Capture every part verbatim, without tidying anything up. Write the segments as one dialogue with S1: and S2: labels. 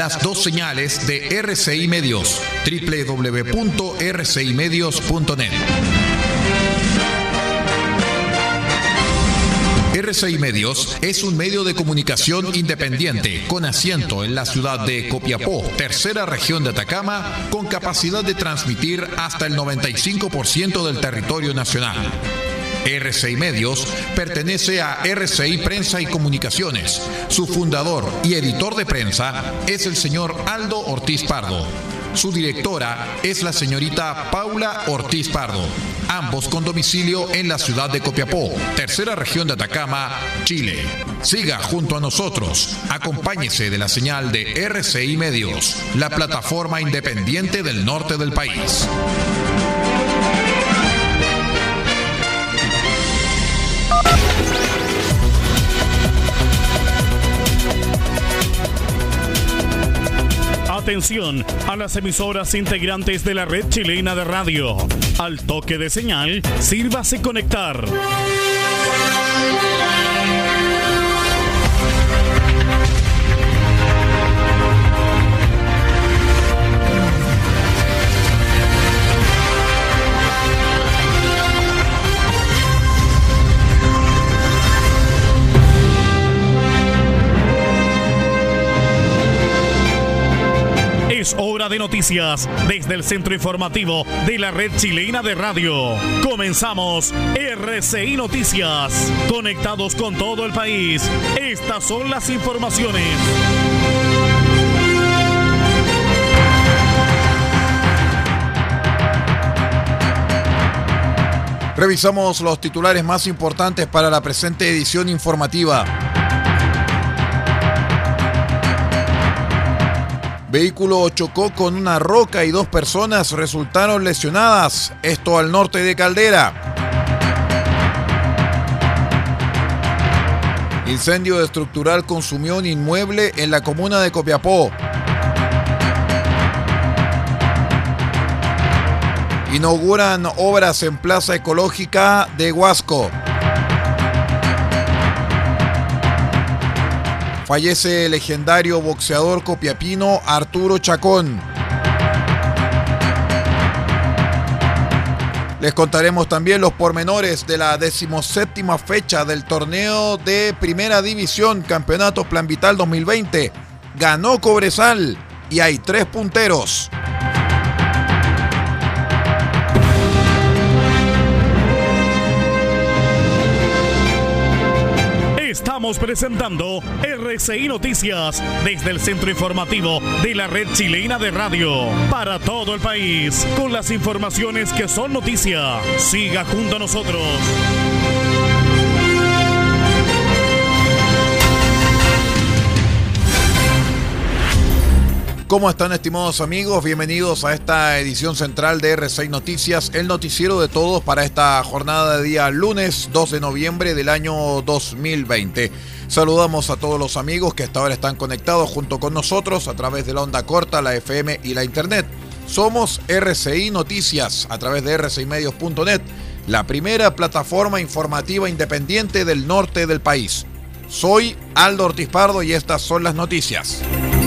S1: las dos señales de R C I Medios, doble u doble u doble u punto r c i medios punto net. R C I Medios es un medio de comunicación independiente con asiento en la ciudad de Copiapó, tercera región de Atacama, con capacidad de transmitir hasta el noventa y cinco por ciento del territorio nacional. R C I Medios pertenece a R C I Prensa y Comunicaciones. Su fundador y editor de prensa es el señor Aldo Ortiz Pardo. Su directora es la señorita Paula Ortiz Pardo, ambos con domicilio en la ciudad de Copiapó, tercera región de Atacama, Chile. Siga junto a nosotros, acompáñese de la señal de R C I Medios, la plataforma independiente del norte del país.
S2: Atención a las emisoras integrantes de la red chilena de radio. Al toque de señal, sírvase conectar. Es hora de noticias desde el centro informativo de la red chilena de radio. Comenzamos R C I Noticias. Conectados con todo el país. Estas son las informaciones.
S1: Revisamos los titulares más importantes para la presente edición informativa. Vehículo chocó con una roca y dos personas resultaron lesionadas. Esto al norte de Caldera. Incendio estructural consumió un inmueble en la comuna de Copiapó. Inauguran obras en Plaza Ecológica de Huasco. Fallece el legendario boxeador copiapino Arturo Chacón. Les contaremos también los pormenores de la decimoséptima fecha del torneo de Primera División, Campeonato Plan Vital dos mil veinte. Ganó Cobresal y hay tres punteros.
S2: Estamos presentando R C I Noticias desde el centro informativo de la red chilena de radio para todo el país, con las informaciones que son noticia. Siga junto a nosotros.
S1: ¿Cómo están, estimados amigos? Bienvenidos a esta edición central de R C I Noticias, el noticiero de todos para esta jornada de día lunes dos de noviembre del año dos mil veinte. Saludamos a todos los amigos que hasta ahora están conectados junto con nosotros a través de la onda corta, la F M y la internet. Somos R C I Noticias a través de r c i medios punto net, la primera plataforma informativa independiente del norte del país. Soy Aldo Ortiz Pardo y estas son las noticias.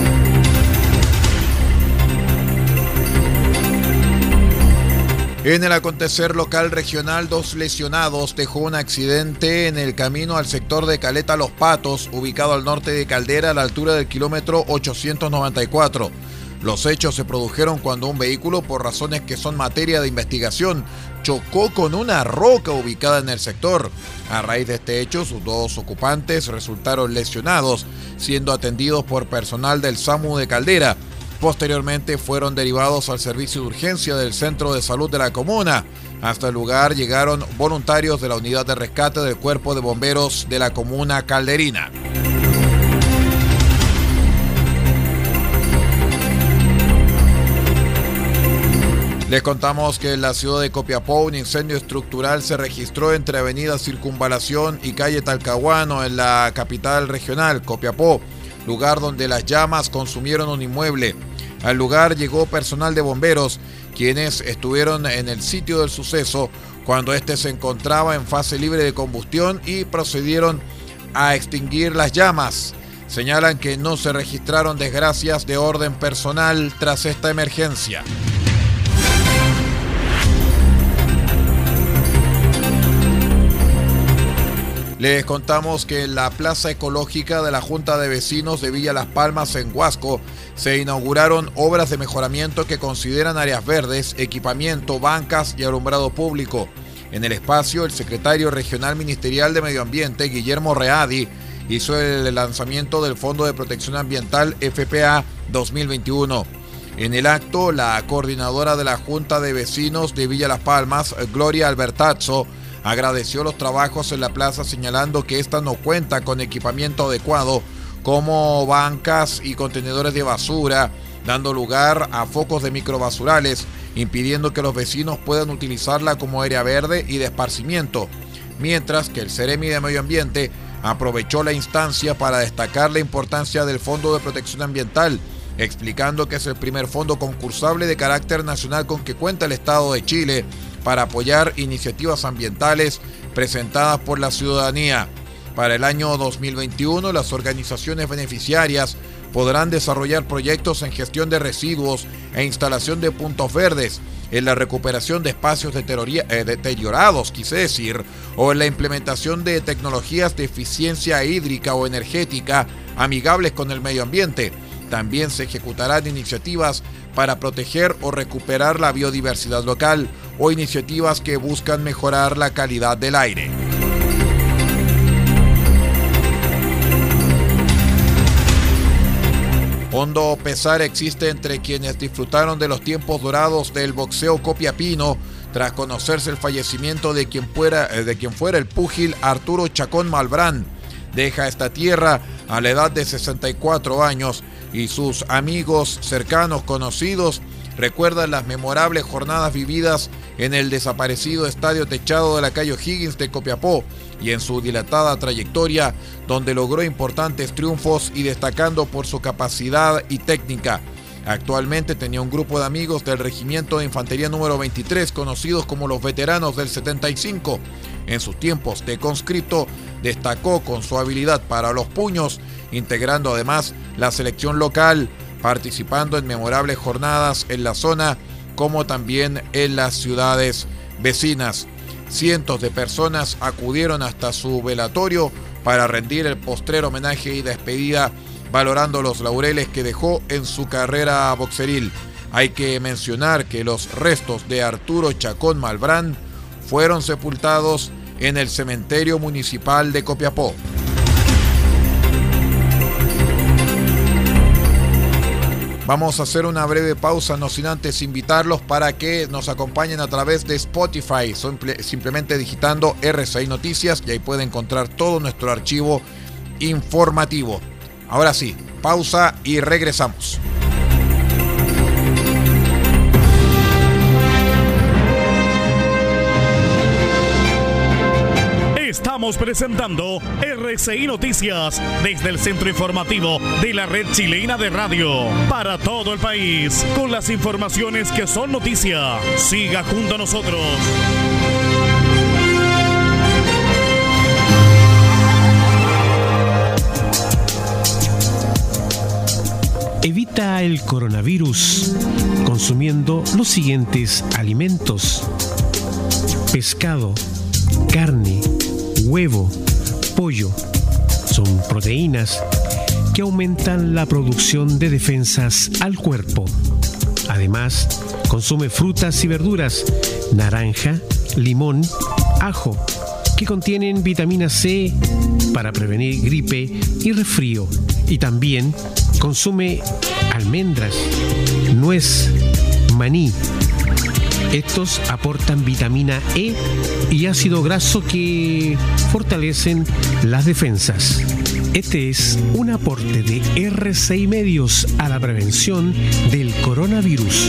S1: En el acontecer local regional, dos lesionados dejó un accidente en el camino al sector de Caleta Los Patos, ubicado al norte de Caldera, a la altura del kilómetro ochocientos noventa y cuatro. Los hechos se produjeron cuando un vehículo, por razones que son materia de investigación, chocó con una roca ubicada en el sector. A raíz de este hecho, sus dos ocupantes resultaron lesionados, siendo atendidos por personal del SAMU de Caldera. Posteriormente fueron derivados al servicio de urgencia del Centro de Salud de la comuna. Hasta el lugar llegaron voluntarios de la unidad de rescate del Cuerpo de Bomberos de la comuna calderina. Les contamos que en la ciudad de Copiapó un incendio estructural se registró entre avenida Circunvalación y calle Talcahuano en la capital regional, Copiapó, lugar donde las llamas consumieron un inmueble. Al lugar llegó personal de bomberos, quienes estuvieron en el sitio del suceso cuando éste se encontraba en fase libre de combustión y procedieron a extinguir las llamas. señalan que no se registraron desgracias de orden personal tras esta emergencia. Les contamos que en la Plaza Ecológica de la Junta de Vecinos de Villa Las Palmas, en Huasco, se inauguraron obras de mejoramiento que consideran áreas verdes, equipamiento, bancas y alumbrado público. En el espacio, el secretario regional ministerial de Medio Ambiente, Guillermo Readi, hizo el lanzamiento del Fondo de Protección Ambiental F P A dos mil veintiuno. En el acto, la coordinadora de la Junta de Vecinos de Villa Las Palmas, Gloria Albertazzo, agradeció los trabajos en la plaza, señalando que esta no cuenta con equipamiento adecuado como bancas y contenedores de basura, dando lugar a focos de microbasurales, impidiendo que los vecinos puedan utilizarla como área verde y de esparcimiento, mientras que el Ceremi de Medio Ambiente aprovechó la instancia para destacar la importancia del Fondo de Protección Ambiental, explicando que es el primer fondo concursable de carácter nacional con que cuenta el Estado de Chile para apoyar iniciativas ambientales presentadas por la ciudadanía. Para el año dos mil veintiuno, las organizaciones beneficiarias podrán desarrollar proyectos en gestión de residuos e instalación de puntos verdes, en la recuperación de espacios deteriorados, quise decir, o en la implementación de tecnologías de eficiencia hídrica o energética amigables con el medio ambiente. También se ejecutarán iniciativas para proteger o recuperar la biodiversidad local o iniciativas que buscan mejorar la calidad del aire. Hondo pesar existe entre quienes disfrutaron de los tiempos dorados del boxeo copiapino tras conocerse el fallecimiento de quien fuera, de quien fuera el púgil Arturo Chacón Malbrán. Deja esta tierra a la edad de sesenta y cuatro años y sus amigos cercanos conocidos recuerdan las memorables jornadas vividas en el desaparecido estadio techado de la calle O'Higgins de Copiapó y en su dilatada trayectoria, donde logró importantes triunfos y destacando por su capacidad y técnica. Actualmente tenía un grupo de amigos del Regimiento de Infantería número veintitrés, conocidos como los veteranos del setenta y cinco. En sus tiempos de conscripto destacó con su habilidad para los puños, integrando además la selección local, participando en memorables jornadas en la zona como también en las ciudades vecinas. Cientos de personas acudieron hasta su velatorio para rendir el postrer homenaje y despedida, valorando los laureles que dejó en su carrera boxeril. Hay que mencionar que los restos de Arturo Chacón Malbrán fueron sepultados en el cementerio municipal de Copiapó. Vamos a hacer una breve pausa, no sin antes invitarlos para que nos acompañen a través de Spotify, simplemente digitando R C I Noticias y ahí puede encontrar todo nuestro archivo informativo. Ahora sí, pausa y regresamos.
S2: Estamos presentando R C I Noticias desde el centro informativo de la Red Chilena de Radio para todo el país, con las informaciones que son noticia. Siga junto a nosotros.
S3: Evita el coronavirus consumiendo los siguientes alimentos: pescado, carne, huevo, pollo. Son proteínas que aumentan la producción de defensas al cuerpo. Además, consume frutas y verduras, naranja, limón, ajo, que contienen vitamina C para prevenir gripe y resfrío. Y también consume almendras, nuez, maní. Estos aportan vitamina E y ácido graso que fortalecen las defensas. Este es un aporte de R C I Medios a la prevención del coronavirus.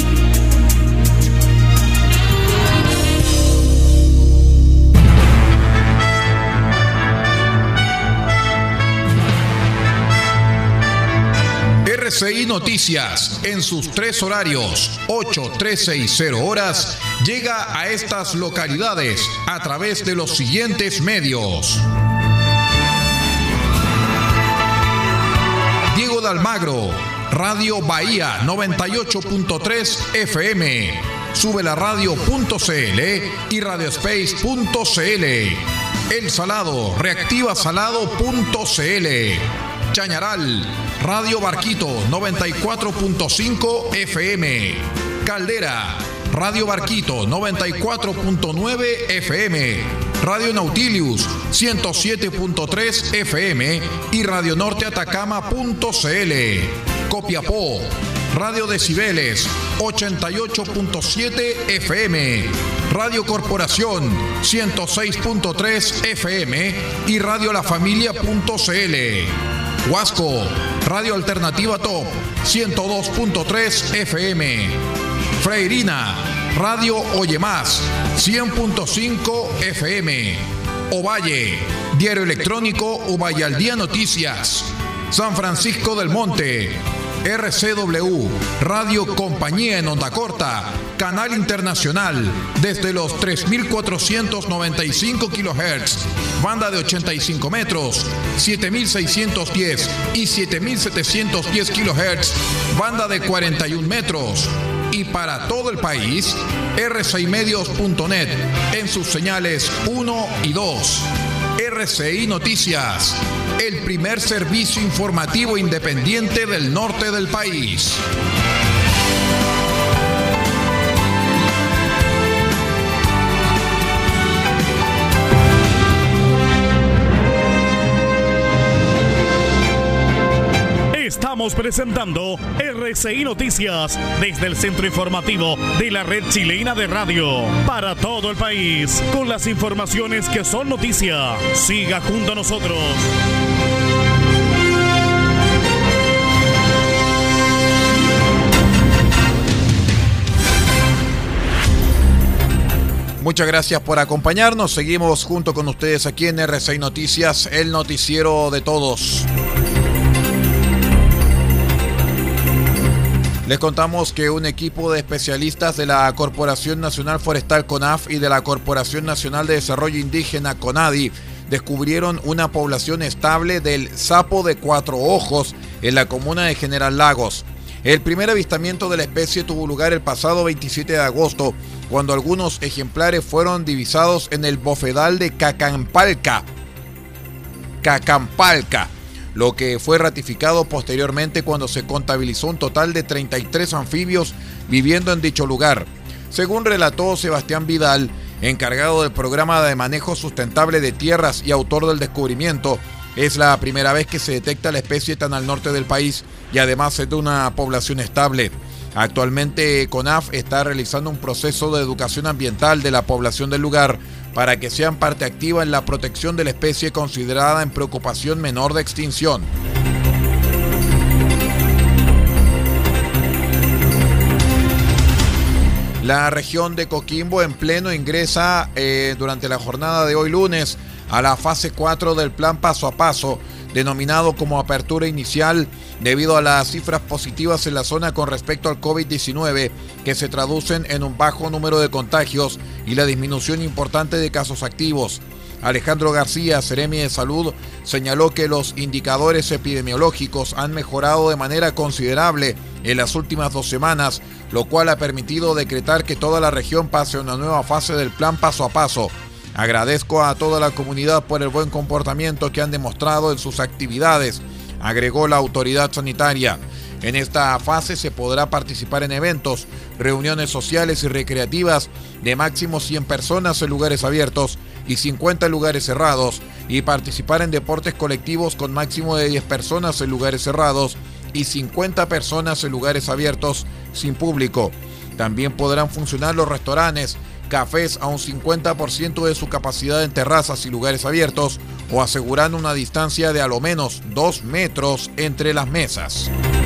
S1: R C I Noticias, en sus tres horarios, ocho, trece y cero horas, llega a estas localidades a través de los siguientes medios. de Almagro, Radio Bahía noventa y ocho punto tres F M, Sube la Radio punto C L y Radiospace punto C L. El Salado, Reactiva Salado punto C L. Chañaral, Radio Barquito noventa y cuatro punto cinco F M. Caldera, Radio Barquito noventa y cuatro punto nueve F M. Radio Nautilius ciento siete punto tres F M y Radio Norte Atacama punto C L. Copiapó, Radio Decibeles ochenta y ocho punto siete F M. Radio Corporación ciento seis punto tres F M y Radio La Familia punto C L. Huasco, Radio Alternativa Top ciento dos punto tres F M. Freirina, Radio Oye Más cien punto cinco F M. Ovalle, Diario Electrónico Ovalle al Día Noticias. San Francisco del Monte, R C W, Radio Compañía en Onda Corta, canal internacional desde los tres mil cuatrocientos noventa y cinco kilohertz, banda de ochenta y cinco metros, siete mil seiscientos diez y siete mil setecientos diez kilohertz, banda de cuarenta y un metros. Y para todo el país, R C I medios punto net en sus señales uno y dos. R C I Noticias, el primer servicio informativo independiente del norte del país.
S2: Estamos presentando R C I Noticias desde el centro informativo de la Red Chilena de Radio para todo el país, con las informaciones que son noticia. Siga junto a nosotros.
S1: Muchas gracias por acompañarnos. Seguimos junto con ustedes aquí en R C I Noticias, el noticiero de todos. Les contamos que un equipo de especialistas de la Corporación Nacional Forestal CONAF y de la Corporación Nacional de Desarrollo Indígena CONADI descubrieron una población estable del sapo de cuatro ojos en la comuna de General Lagos. El primer avistamiento de la especie tuvo lugar el pasado veintisiete de agosto, cuando algunos ejemplares fueron divisados en el bofedal de Cacampalca. Cacampalca. Lo que fue ratificado posteriormente cuando se contabilizó un total de treinta y tres anfibios viviendo en dicho lugar. Según relató Sebastián Vidal, encargado del programa de manejo sustentable de tierras y autor del descubrimiento, es la primera vez que se detecta la especie tan al norte del país y además es de una población estable. Actualmente CONAF está realizando un proceso de educación ambiental de la población del lugar para que sean parte activa en la protección de la especie considerada en preocupación menor de extinción. La región de Coquimbo en pleno ingresa eh, durante la jornada de hoy lunes a la fase cuatro del plan paso a paso, denominado como apertura inicial, debido a las cifras positivas en la zona con respecto al COVID diecinueve, que se traducen en un bajo número de contagios y la disminución importante de casos activos. Alejandro García, Seremi de Salud, señaló que los indicadores epidemiológicos han mejorado de manera considerable en las últimas dos semanas, lo cual ha permitido decretar que toda la región pase a una nueva fase del plan paso a paso. Agradezco a toda la comunidad por el buen comportamiento que han demostrado en sus actividades, agregó la autoridad sanitaria. En esta fase se podrá participar en eventos, reuniones sociales y recreativas de máximo cien personas en lugares abiertos y cincuenta en lugares cerrados, y participar en deportes colectivos con máximo de diez personas en lugares cerrados y cincuenta personas en lugares abiertos sin público. También podrán funcionar los restaurantes, cafés a un cincuenta por ciento de su capacidad en terrazas y lugares abiertos, o asegurando una distancia de a lo menos dos metros entre las mesas.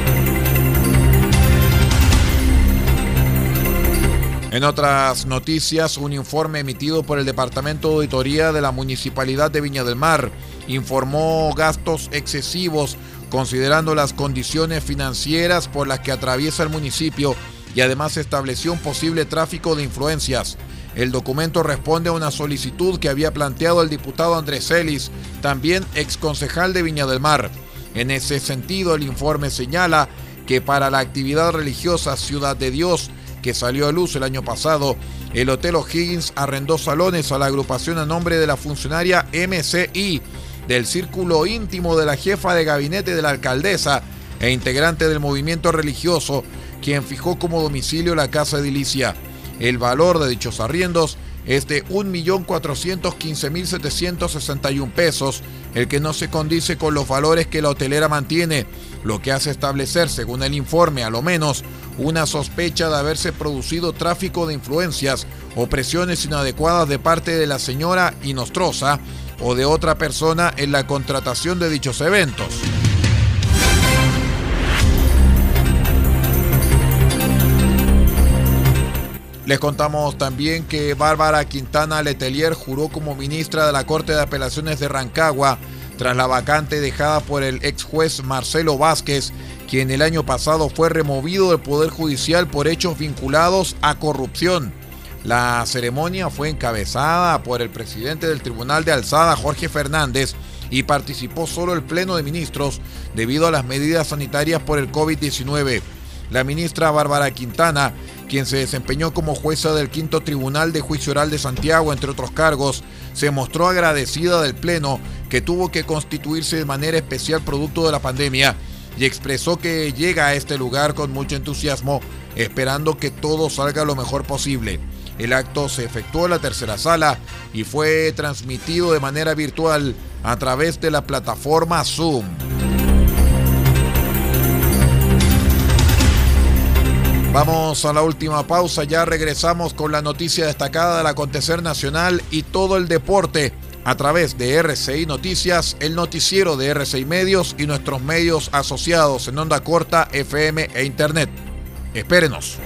S1: En otras noticias, un informe emitido por el Departamento de Auditoría de la Municipalidad de Viña del Mar informó gastos excesivos considerando las condiciones financieras por las que atraviesa el municipio, y además estableció un posible tráfico de influencias. El documento responde a una solicitud que había planteado el diputado Andrés Celis, también exconcejal de Viña del Mar. En ese sentido, el informe señala que para la actividad religiosa Ciudad de Dios, que salió a luz el año pasado, el Hotel O'Higgins arrendó salones a la agrupación a nombre de la funcionaria M C I, del círculo íntimo de la jefa de gabinete de la alcaldesa e integrante del movimiento religioso, quien fijó como domicilio la casa edilicia. El valor de dichos arriendos es de un millón cuatrocientos quince mil setecientos sesenta y un pesos, el que no se condice con los valores que la hotelera mantiene, lo que hace establecer, según el informe, a lo menos una sospecha de haberse producido tráfico de influencias o presiones inadecuadas de parte de la señora Inostroza o de otra persona en la contratación de dichos eventos. Les contamos también que Bárbara Quintana Letelier juró como ministra de la Corte de Apelaciones de Rancagua tras la vacante dejada por el ex juez Marcelo Vázquez, quien el año pasado fue removido del Poder Judicial por hechos vinculados a corrupción. La ceremonia fue encabezada por el presidente del Tribunal de Alzada, Jorge Fernández, y participó solo el Pleno de Ministros debido a las medidas sanitarias por el COVID diecinueve. La ministra Bárbara Quintana, quien se desempeñó como jueza del Quinto Tribunal de Juicio Oral de Santiago, entre otros cargos, se mostró agradecida del Pleno, que tuvo que constituirse de manera especial producto de la pandemia, y expresó que llega a este lugar con mucho entusiasmo, esperando que todo salga lo mejor posible. El acto se efectuó en la tercera sala y fue transmitido de manera virtual a través de la plataforma Zoom. Vamos a la última pausa, ya regresamos con la noticia destacada del acontecer nacional y todo el deporte a través de R C I Noticias, el noticiero de R C I Medios y nuestros medios asociados en onda corta, F M e Internet. Espérenos.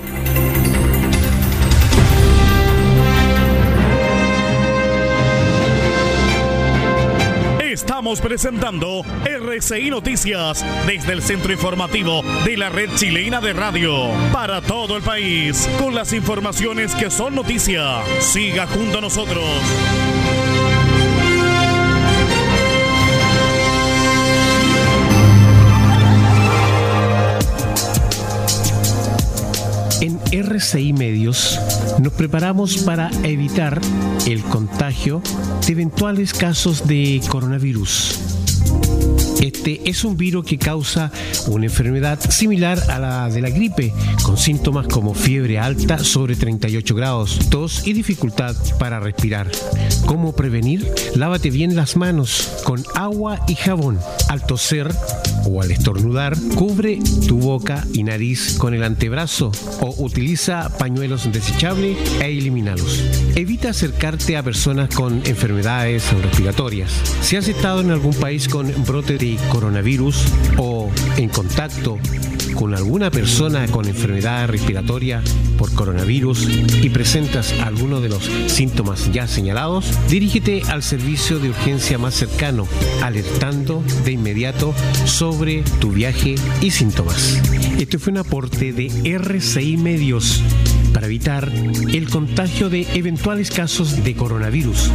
S2: Estamos presentando R C I Noticias desde el centro informativo de la Red Chilena de Radio para todo el país, con las informaciones que son noticia. Siga junto a nosotros.
S3: En R C I Medios nos preparamos para evitar el contagio de eventuales casos de coronavirus. Este es un virus que causa una enfermedad similar a la de la gripe, con síntomas como fiebre alta sobre treinta y ocho grados, tos y dificultad para respirar. ¿Cómo prevenir? Lávate bien las manos con agua y jabón. Al toser o al estornudar, cubre tu boca y nariz con el antebrazo o utiliza pañuelos desechables e elimínalos. Evita acercarte a personas con enfermedades respiratorias. Si has estado en algún país con brote de coronavirus o en contacto con alguna persona con enfermedad respiratoria por coronavirus y presentas alguno de los síntomas ya señalados, dirígete al servicio de urgencia más cercano, alertando de inmediato sobre tu viaje y síntomas. Este fue un aporte de R C I Medios para evitar el contagio de eventuales casos de coronavirus.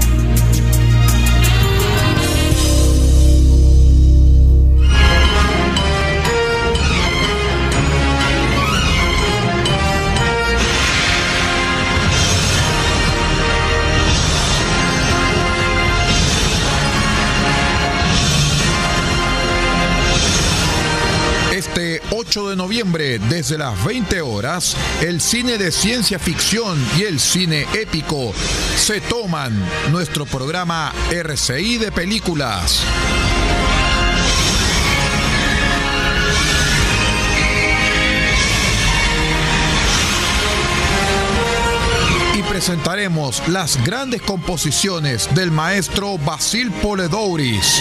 S1: ocho de noviembre, desde las veinte horas, el cine de ciencia ficción y el cine épico se toman nuestro programa R C I de películas. Y presentaremos las grandes composiciones del maestro Basil Poledouris.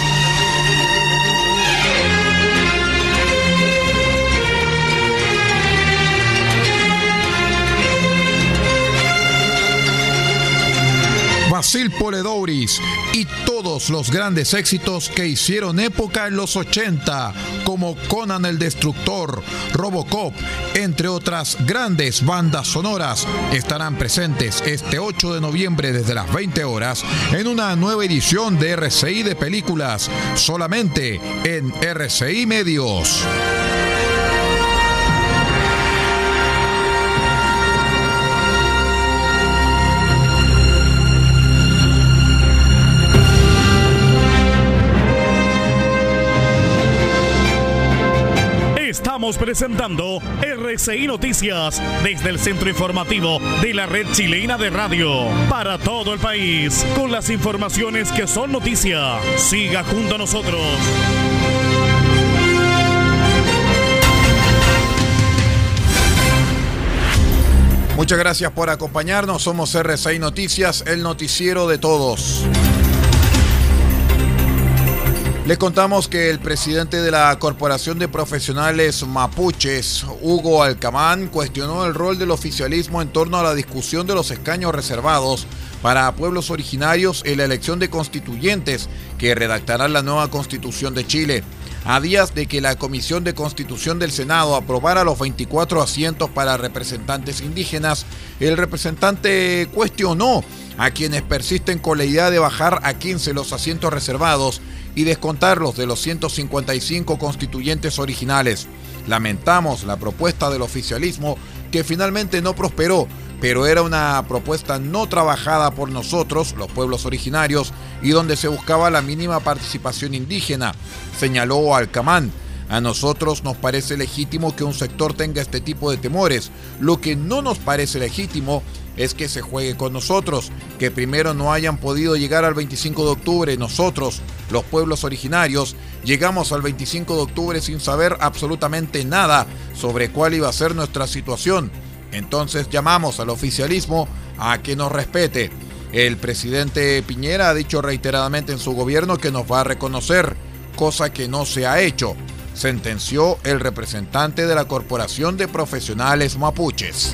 S1: Basil Poledouris y todos los grandes éxitos que hicieron época en los ochenta, como Conan el Destructor, Robocop, entre otras grandes bandas sonoras, estarán presentes este ocho de noviembre desde las veinte horas en una nueva edición de R C I de Películas, solamente en R C I Medios.
S2: Estamos presentando R C I Noticias desde el centro informativo de la Red Chilena de Radio para todo el país, con las informaciones que son noticia. Siga junto a nosotros.
S1: Muchas gracias por acompañarnos. Somos R C I Noticias, el noticiero de todos. Les contamos que el presidente de la Corporación de Profesionales Mapuches, Hugo Alcamán, cuestionó el rol del oficialismo en torno a la discusión de los escaños reservados para pueblos originarios en la elección de constituyentes que redactarán la nueva Constitución de Chile. A días de que la Comisión de Constitución del Senado aprobara los veinticuatro asientos para representantes indígenas, el representante cuestionó a quienes persisten con la idea de bajar a quince los asientos reservados y descontarlos de los ciento cincuenta y cinco constituyentes originales. Lamentamos la propuesta del oficialismo que finalmente no prosperó, pero era una propuesta no trabajada por nosotros, los pueblos originarios, y donde se buscaba la mínima participación indígena, señaló Alcamán. A nosotros nos parece legítimo que un sector tenga este tipo de temores. Lo que no nos parece legítimo es que se juegue con nosotros, que primero no hayan podido llegar al veinticinco de octubre. Nosotros, los pueblos originarios, llegamos al veinticinco de octubre sin saber absolutamente nada sobre cuál iba a ser nuestra situación. Entonces llamamos al oficialismo a que nos respete. El presidente Piñera ha dicho reiteradamente en su gobierno que nos va a reconocer, cosa que no se ha hecho, sentenció el representante de la Corporación de Profesionales Mapuches.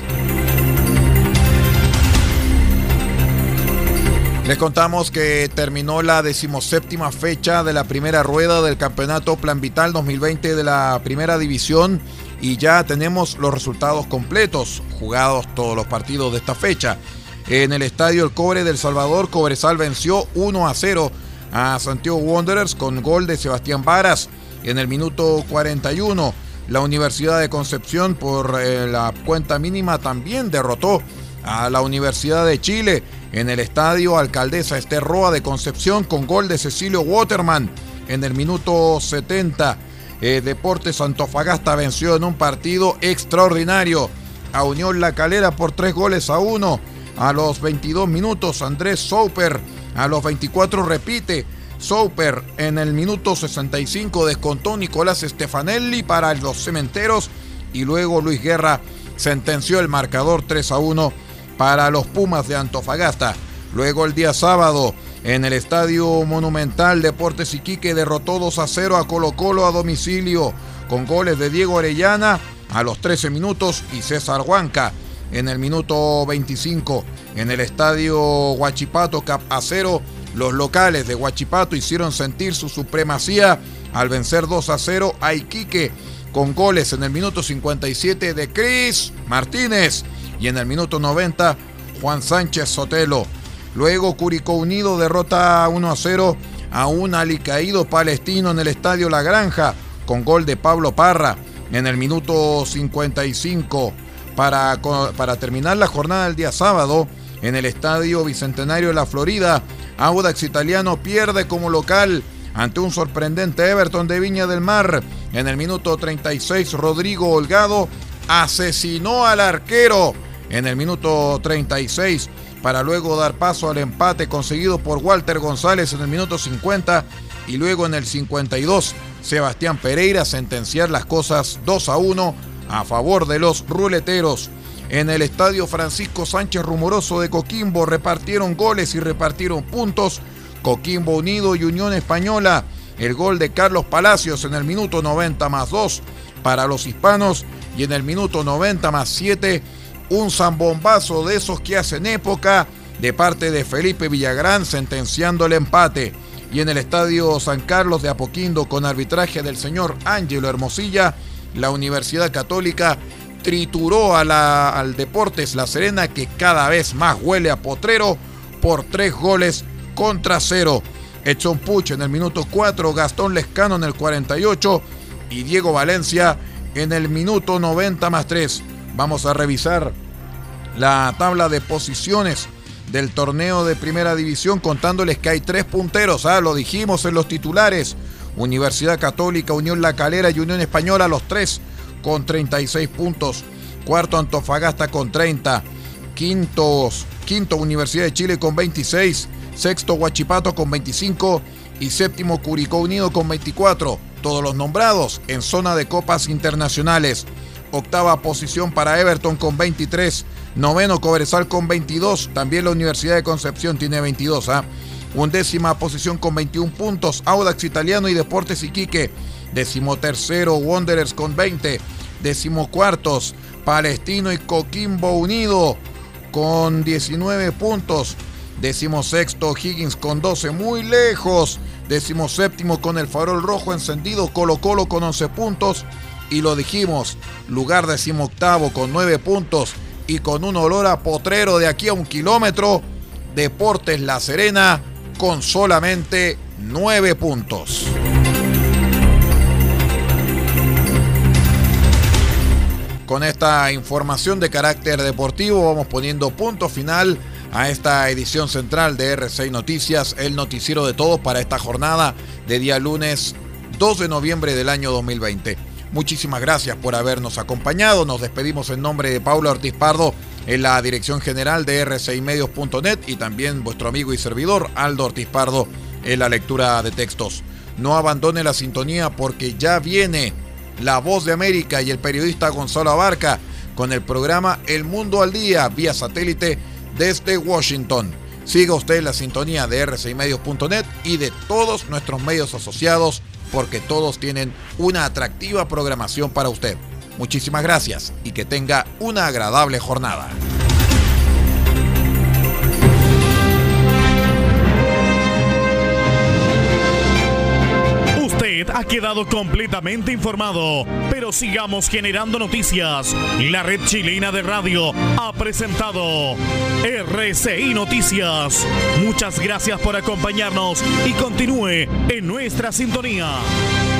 S1: Les contamos que terminó la decimoséptima fecha de la primera rueda del Campeonato Plan Vital dos mil veinte de la Primera División y ya tenemos los resultados completos, jugados todos los partidos de esta fecha. En el Estadio El Cobre del Salvador, Cobresal venció uno a cero a Santiago Wanderers con gol de Sebastián Varas en el minuto cuarenta y uno. La Universidad de Concepción, por eh, la cuenta mínima, también derrotó a la Universidad de Chile en el Estadio Alcaldesa Ester Roa de Concepción con gol de Cecilio Waterman en el minuto setenta. Eh, Deportes Antofagasta venció en un partido extraordinario a Unión La Calera por tres goles a uno. A los veintidós minutos Andrés Souper, a los veinticuatro repite Souper, en el minuto sesenta y cinco descontó Nicolás Stefanelli para los Cementeros y luego Luis Guerra sentenció el marcador tres a uno para los Pumas de Antofagasta. Luego el día sábado en el Estadio Monumental, Deportes Iquique derrotó dos a cero a Colo Colo a domicilio con goles de Diego Orellana a los trece minutos y César Huanca en el minuto veinticinco. En el Estadio Huachipato Cap Acero, los locales de Huachipato hicieron sentir su supremacía al vencer dos a cero a Iquique con goles en el minuto cincuenta y siete de Cris Martínez y en el minuto noventa Juan Sánchez Sotelo. Luego Curicó Unido derrota uno a cero a un alicaído palestino en el Estadio La Granja con gol de Pablo Parra en el minuto cincuenta y cinco. Para, para terminar la jornada del día sábado, en el Estadio Bicentenario de la Florida, Audax Italiano pierde como local ante un sorprendente Everton de Viña del Mar. En el minuto treinta y seis, Rodrigo Holgado asesinó al arquero en el minuto treinta y seis para luego dar paso al empate conseguido por Walter González en el minuto cincuenta y luego en el cincuenta y dos, Sebastián Pereira sentenciar las cosas dos a uno a favor de los ruleteros. En el Estadio Francisco Sánchez Rumoroso de Coquimbo repartieron goles y repartieron puntos Coquimbo Unido y Unión Española. El gol de Carlos Palacios en el minuto noventa más dos para los hispanos y en el minuto noventa más siete un zambombazo de esos que hacen época
S4: de parte de Felipe Villagrán, sentenciando el empate. Y en el Estadio San Carlos de Apoquindo, con arbitraje del señor Ángelo Hermosilla, la Universidad Católica trituró a la, al Deportes La Serena, que cada vez más huele a potrero, por tres goles contra cero. Edson Puch en el minuto cuatro, Gastón Lescano en el cuarenta y ocho y Diego Valencia en el minuto noventa más tres. Vamos a revisar la tabla de posiciones del torneo de Primera División, contándoles que hay tres punteros, ¿ah? Lo dijimos en los titulares: Universidad Católica, Unión La Calera y Unión Española, los tres con treinta y seis puntos. Cuarto, Antofagasta con treinta. Quintos, quinto, Universidad de Chile con veintiséis. Sexto, Huachipato con veinticinco. Y séptimo, Curicó Unido con veinticuatro. Todos los nombrados en zona de copas internacionales. Octava posición para Everton con veintitrés. Noveno, Cobresal con veintidós. También la Universidad de Concepción tiene veintidós. ¿ah? Undécima posición con veintiún puntos, Audax Italiano y Deportes Iquique. Decimotercero, Wanderers con veinte. Decimocuartos, Palestino y Coquimbo Unido con diecinueve puntos. Decimosexto, Higgins con doce, muy lejos. Decimoséptimo, con el farol rojo encendido, Colo Colo con once puntos. Y lo dijimos, lugar decimoctavo con nueve puntos y con un olor a potrero de aquí a un kilómetro, Deportes La Serena con solamente nueve puntos. Con esta información de carácter deportivo vamos poniendo punto final a esta edición central de R C I Noticias, el noticiero de todos para esta jornada de día lunes dos de noviembre del año dos mil veinte. Muchísimas gracias por habernos acompañado. Nos despedimos en nombre de Paula Ortiz Pardo en la dirección general de R C I Medios punto net y también vuestro amigo y servidor Aldo Ortiz Pardo en la lectura de textos. No abandone la sintonía, porque ya viene La Voz de América y el periodista Gonzalo Abarca con el programa El Mundo al Día vía satélite desde Washington. Siga usted la sintonía de R C I Medios punto net y de todos nuestros medios asociados, porque todos tienen una atractiva programación para usted. Muchísimas gracias y que tenga una agradable jornada.
S2: Usted ha quedado completamente informado, pero sigamos generando noticias. La Red Chilena de Radio ha presentado R C I Noticias. Muchas gracias por acompañarnos y continúe en nuestra sintonía.